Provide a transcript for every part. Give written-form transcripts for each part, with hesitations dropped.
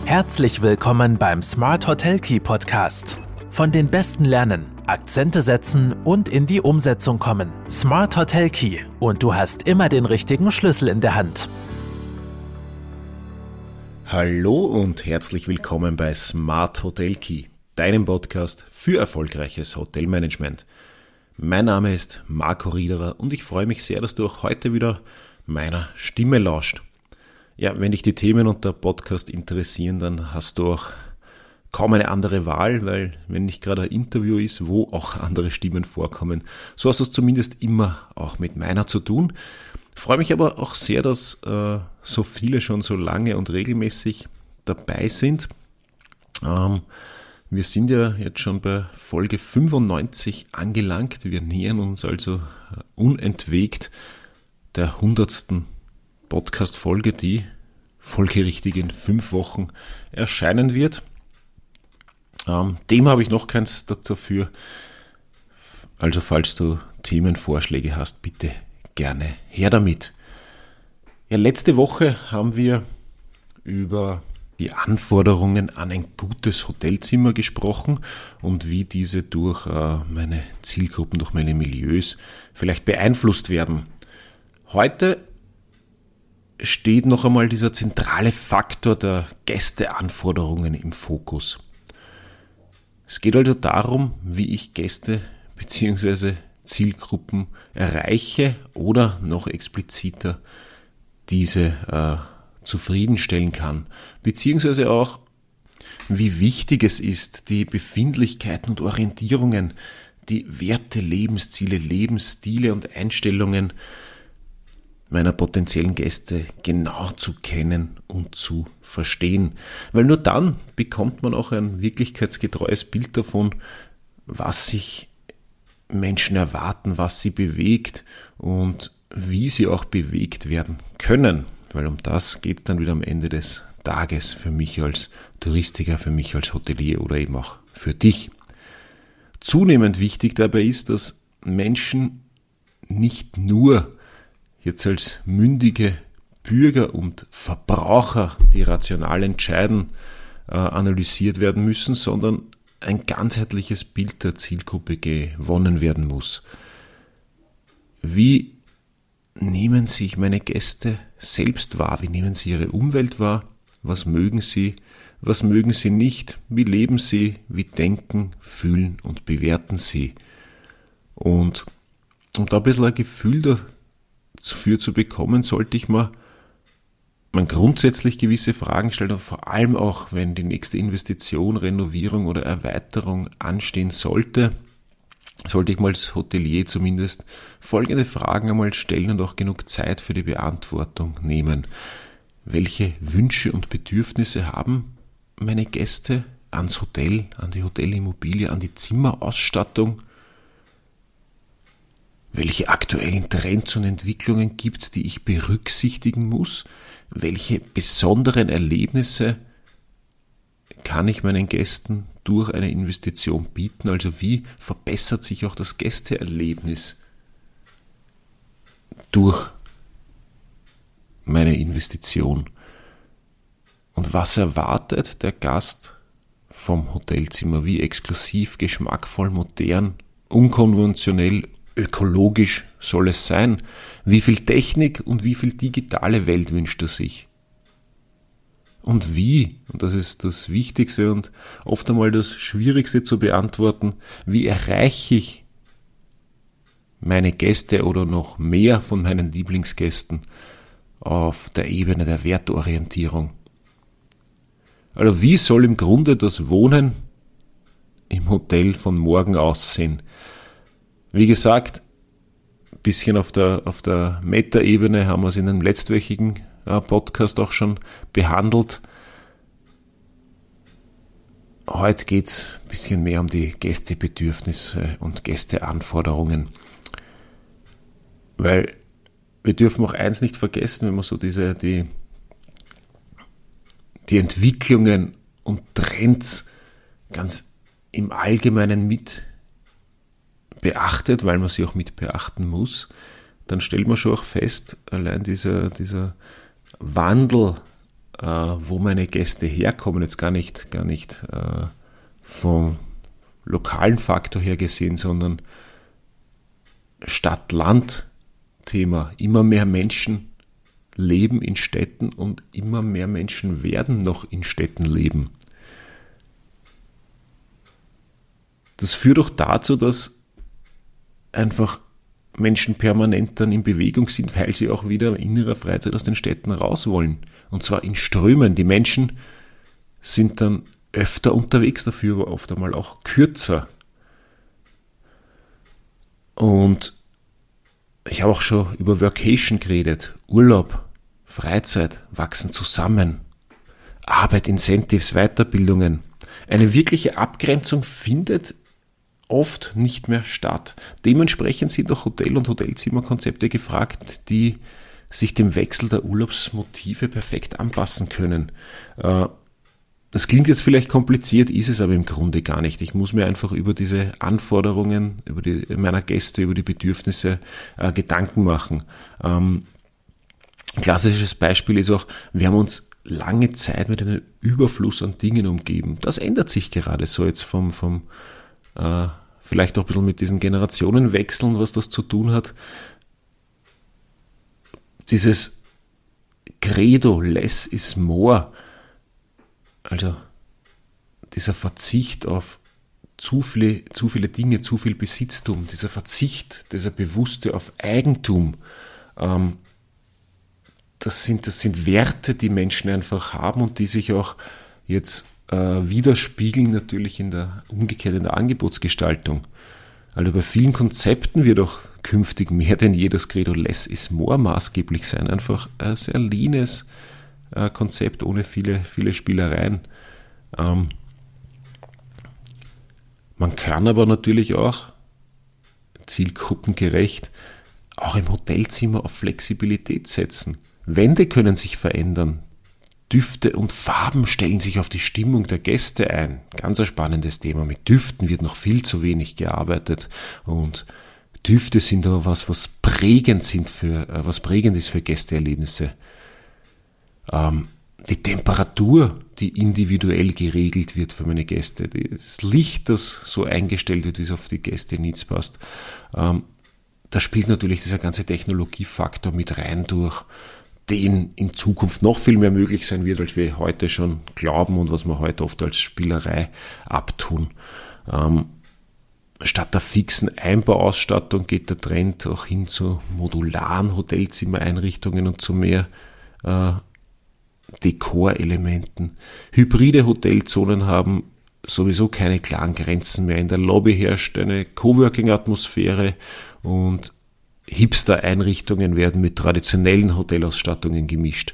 Herzlich willkommen beim Smart Hotel Key Podcast. Von den Besten lernen, Akzente setzen und in die Umsetzung kommen. Smart Hotel Key und du hast immer den richtigen Schlüssel in der Hand. Hallo und herzlich willkommen bei Smart Hotel Key, deinem Podcast für erfolgreiches Hotelmanagement. Mein Name ist Marco Riederer und ich freue mich sehr, dass du auch heute wieder meiner Stimme lauscht. Ja, wenn dich die Themen und der Podcast interessieren, dann hast du auch kaum eine andere Wahl, weil wenn nicht gerade ein Interview ist, wo auch andere Stimmen vorkommen, so hast du es zumindest immer auch mit meiner zu tun. Ich freue mich aber auch sehr, dass so viele schon so lange und regelmäßig dabei sind. Wir sind ja jetzt schon bei Folge 95 angelangt. Wir nähern uns also unentwegt der 100. Podcast-Folge, die folgerichtig in 5 Wochen erscheinen wird. Dem habe ich noch keins dafür. Also falls du Themenvorschläge hast, bitte gerne her damit. Ja, letzte Woche haben wir über die Anforderungen an ein gutes Hotelzimmer gesprochen und wie diese durch meine Zielgruppen, durch meine Milieus vielleicht beeinflusst werden. Heute steht noch einmal dieser zentrale Faktor der Gästeanforderungen im Fokus. Es geht also darum, wie ich Gäste bzw. Zielgruppen erreiche oder noch expliziter diese zufriedenstellen kann, beziehungsweise auch, wie wichtig es ist, die Befindlichkeiten und Orientierungen, die Werte, Lebensziele, Lebensstile und Einstellungen meiner potenziellen Gäste genau zu kennen und zu verstehen. Weil nur dann bekommt man auch ein wirklichkeitsgetreues Bild davon, was sich Menschen erwarten, was sie bewegt und wie sie auch bewegt werden können. Weil um das geht dann wieder am Ende des Tages für mich als Touristiker, für mich als Hotelier oder eben auch für dich. Zunehmend wichtig dabei ist, dass Menschen nicht nur jetzt als mündige Bürger und Verbraucher, die rational entscheiden, analysiert werden müssen, sondern ein ganzheitliches Bild der Zielgruppe gewonnen werden muss. Wie nehmen sich meine Gäste selbst wahr? Wie nehmen sie ihre Umwelt wahr? Was mögen sie nicht? Wie leben sie? Wie denken, fühlen und bewerten sie? Und um da ein bisschen ein Gefühl dafür zu bekommen, sollte ich man grundsätzlich gewisse Fragen stellen und vor allem auch, wenn die nächste Investition, Renovierung oder Erweiterung anstehen sollte ich mal als Hotelier zumindest folgende Fragen einmal stellen und auch genug Zeit für die Beantwortung nehmen. Welche Wünsche und Bedürfnisse haben meine Gäste ans Hotel, an die Hotelimmobilie, an die Zimmerausstattung? Welche aktuellen Trends und Entwicklungen gibt es, die ich berücksichtigen muss? Welche besonderen Erlebnisse kann ich meinen Gästen durch eine Investition bieten? Also wie verbessert sich auch das Gästeerlebnis durch meine Investition? Und was erwartet der Gast vom Hotelzimmer? Wie exklusiv, geschmackvoll, modern, unkonventionell, ökologisch soll es sein? Wie viel Technik und wie viel digitale Welt wünscht er sich? Und wie, und das ist das Wichtigste und oft einmal das Schwierigste zu beantworten, wie erreiche ich meine Gäste oder noch mehr von meinen Lieblingsgästen auf der Ebene der Wertorientierung? Also wie soll im Grunde das Wohnen im Hotel von morgen aussehen? Wie gesagt, ein bisschen auf der Meta-Ebene haben wir es in einem letztwöchigen Podcast auch schon behandelt. Heute geht es ein bisschen mehr um die Gästebedürfnisse und Gästeanforderungen. Weil wir dürfen auch eins nicht vergessen, wenn man so die Entwicklungen und Trends ganz im Allgemeinen mit beachtet, weil man sie auch mit beachten muss, dann stellt man schon auch fest, allein dieser Wandel wo meine Gäste herkommen, jetzt gar nicht vom lokalen Faktor her gesehen, sondern Stadt-Land-Thema. Immer mehr Menschen leben in Städten und immer mehr Menschen werden noch in Städten leben. Das führt auch dazu, dass einfach Menschen permanent dann in Bewegung sind, weil sie auch wieder in ihrer Freizeit aus den Städten raus wollen. Und zwar in Strömen. Die Menschen sind dann öfter unterwegs, dafür aber oft einmal auch kürzer. Und ich habe auch schon über Workation geredet. Urlaub, Freizeit wachsen zusammen. Arbeit, Incentives, Weiterbildungen. Eine wirkliche Abgrenzung findet oft nicht mehr statt. Dementsprechend sind auch Hotel- und Hotelzimmerkonzepte gefragt, die sich dem Wechsel der Urlaubsmotive perfekt anpassen können. Das klingt jetzt vielleicht kompliziert, ist es aber im Grunde gar nicht. Ich muss mir einfach über diese Anforderungen meiner Gäste, über die Bedürfnisse Gedanken machen. Ein klassisches Beispiel ist auch, wir haben uns lange Zeit mit einem Überfluss an Dingen umgeben. Das ändert sich gerade so jetzt vielleicht auch ein bisschen mit diesen Generationenwechseln, was das zu tun hat. Dieses Credo, less is more, also dieser Verzicht auf zu viele Dinge, zu viel Besitztum, dieser Verzicht, dieser Bewusste auf Eigentum, das sind Werte, die Menschen einfach haben und die sich auch jetzt widerspiegeln natürlich umgekehrt in der Angebotsgestaltung. Also bei vielen Konzepten wird auch künftig mehr denn je das Credo Less is More maßgeblich sein. Einfach ein sehr leanes Konzept ohne viele Spielereien. Man kann aber natürlich auch zielgruppengerecht auch im Hotelzimmer auf Flexibilität setzen. Wände können sich verändern. Düfte und Farben stellen sich auf die Stimmung der Gäste ein. Ganz ein spannendes Thema. Mit Düften wird noch viel zu wenig gearbeitet und Düfte sind aber was prägend ist für Gästeerlebnisse. Die Temperatur, die individuell geregelt wird für meine Gäste, das Licht, das so eingestellt wird, wie es auf die Gäste-Needs passt, da spielt natürlich dieser ganze Technologiefaktor mit rein durch, den in Zukunft noch viel mehr möglich sein wird, als wir heute schon glauben und was wir heute oft als Spielerei abtun. Statt der fixen Einbauausstattung geht der Trend auch hin zu modularen Hotelzimmereinrichtungen und zu mehr Dekorelementen. Hybride Hotelzonen haben sowieso keine klaren Grenzen mehr. In der Lobby herrscht eine Coworking-Atmosphäre und Hipster-Einrichtungen werden mit traditionellen Hotelausstattungen gemischt.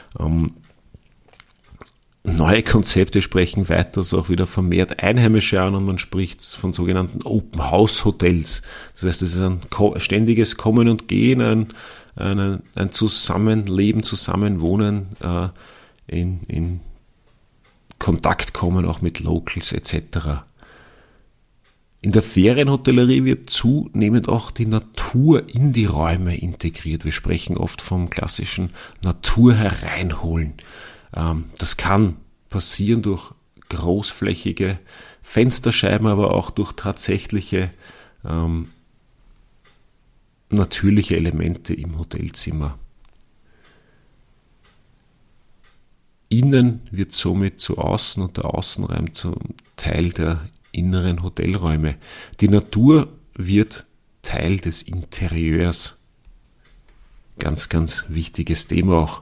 Neue Konzepte sprechen weiters auch wieder vermehrt Einheimische an und man spricht von sogenannten Open-House-Hotels. Das heißt, es ist ein ständiges Kommen und Gehen, ein Zusammenleben, Zusammenwohnen, in Kontakt kommen auch mit Locals etc. In der Ferienhotellerie wird zunehmend auch die Natur in die Räume integriert. Wir sprechen oft vom klassischen Natur hereinholen. Das kann passieren durch großflächige Fensterscheiben, aber auch durch tatsächliche natürliche Elemente im Hotelzimmer. Innen wird somit zu außen und der Außenraum zum Teil der inneren Hotelräume. Die Natur wird Teil des Interieurs. Ganz, ganz wichtiges Thema auch.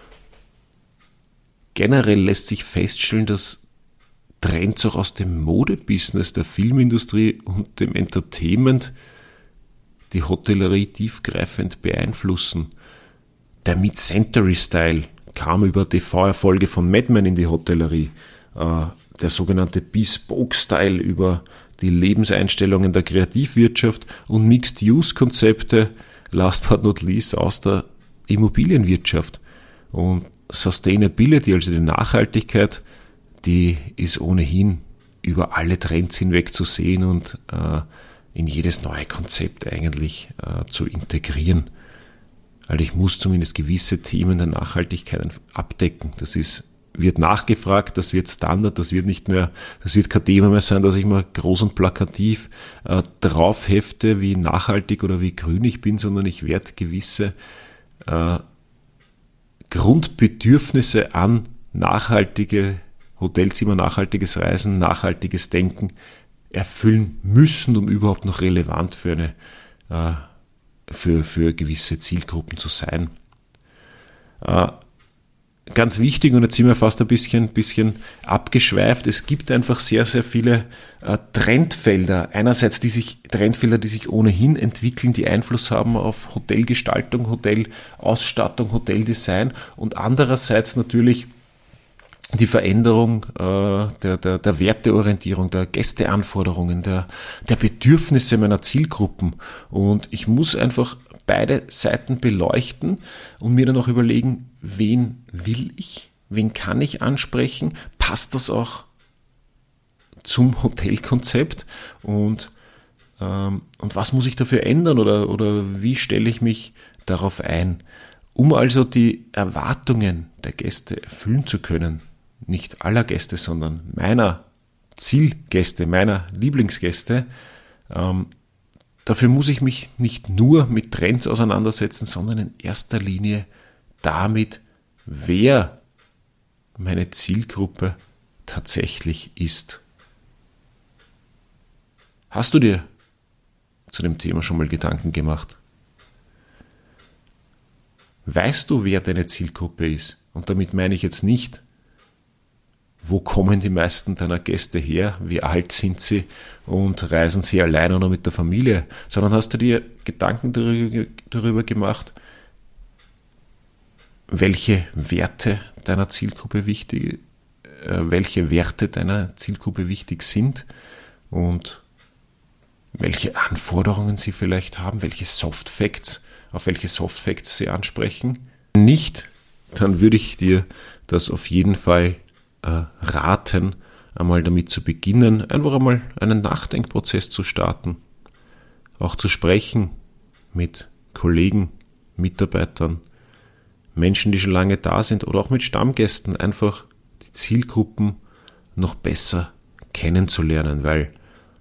Generell lässt sich feststellen, dass Trends auch aus dem Modebusiness, der Filmindustrie und dem Entertainment die Hotellerie tiefgreifend beeinflussen. Der Mid-Century-Style kam über TV-Erfolge von Mad Men in die Hotellerie. Der sogenannte Bespoke-Style über die Lebenseinstellungen der Kreativwirtschaft und Mixed-Use-Konzepte, last but not least, aus der Immobilienwirtschaft. Und Sustainability, also die Nachhaltigkeit, die ist ohnehin über alle Trends hinweg zu sehen und in jedes neue Konzept eigentlich zu integrieren. Also ich muss zumindest gewisse Themen der Nachhaltigkeit abdecken. Wird nachgefragt, das wird Standard, das wird kein Thema mehr sein, dass ich mal groß und plakativ drauf hefte, wie nachhaltig oder wie grün ich bin, sondern ich werde gewisse Grundbedürfnisse an nachhaltige Hotelzimmer, nachhaltiges Reisen, nachhaltiges Denken erfüllen müssen, um überhaupt noch relevant für gewisse Zielgruppen zu sein. Ganz wichtig, und jetzt sind wir fast ein bisschen abgeschweift, es gibt einfach sehr, sehr viele Trendfelder. Einerseits Trendfelder, die sich ohnehin entwickeln, die Einfluss haben auf Hotelgestaltung, Hotelausstattung, Hoteldesign, und andererseits natürlich die Veränderung der Werteorientierung, der Gästeanforderungen, der Bedürfnisse meiner Zielgruppen. Und ich muss einfach beide Seiten beleuchten und mir dann auch überlegen, wen will ich, wen kann ich ansprechen, passt das auch zum Hotelkonzept und was muss ich dafür ändern oder wie stelle ich mich darauf ein, um also die Erwartungen der Gäste erfüllen zu können, nicht aller Gäste, sondern meiner Zielgäste, meiner Lieblingsgäste. Dafür muss ich mich nicht nur mit Trends auseinandersetzen, sondern in erster Linie damit, wer meine Zielgruppe tatsächlich ist. Hast du dir zu dem Thema schon mal Gedanken gemacht? Weißt du, wer deine Zielgruppe ist? Und damit meine ich jetzt nicht, wo kommen die meisten deiner Gäste her, wie alt sind sie und reisen sie allein oder mit der Familie, sondern hast du dir Gedanken darüber gemacht, welche Werte deiner Zielgruppe wichtig sind und welche Anforderungen sie vielleicht haben, auf welche Soft Facts sie ansprechen. Wenn nicht, dann würde ich dir das auf jeden Fall raten, einmal damit zu beginnen, einfach einmal einen Nachdenkprozess zu starten, auch zu sprechen mit Kollegen, Mitarbeitern, Menschen, die schon lange da sind oder auch mit Stammgästen, einfach die Zielgruppen noch besser kennenzulernen, weil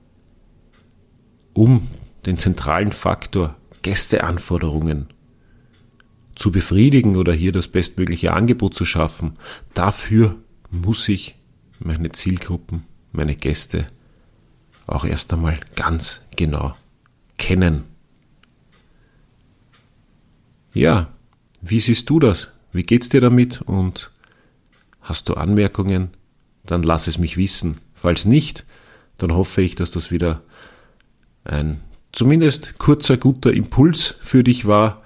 um den zentralen Faktor Gästeanforderungen zu befriedigen oder hier das bestmögliche Angebot zu schaffen, dafür muss ich meine Zielgruppen, meine Gäste auch erst einmal ganz genau kennen. Ja, wie siehst du das? Wie geht's dir damit? Und hast du Anmerkungen? Dann lass es mich wissen. Falls nicht, dann hoffe ich, dass das wieder ein zumindest kurzer, guter Impuls für dich war.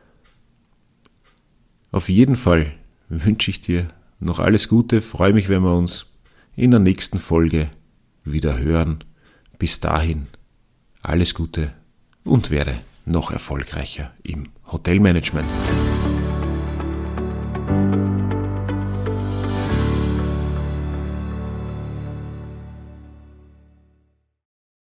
Auf jeden Fall wünsche ich dir noch alles Gute, freue mich, wenn wir uns in der nächsten Folge wieder hören. Bis dahin, alles Gute und werde noch erfolgreicher im Hotelmanagement.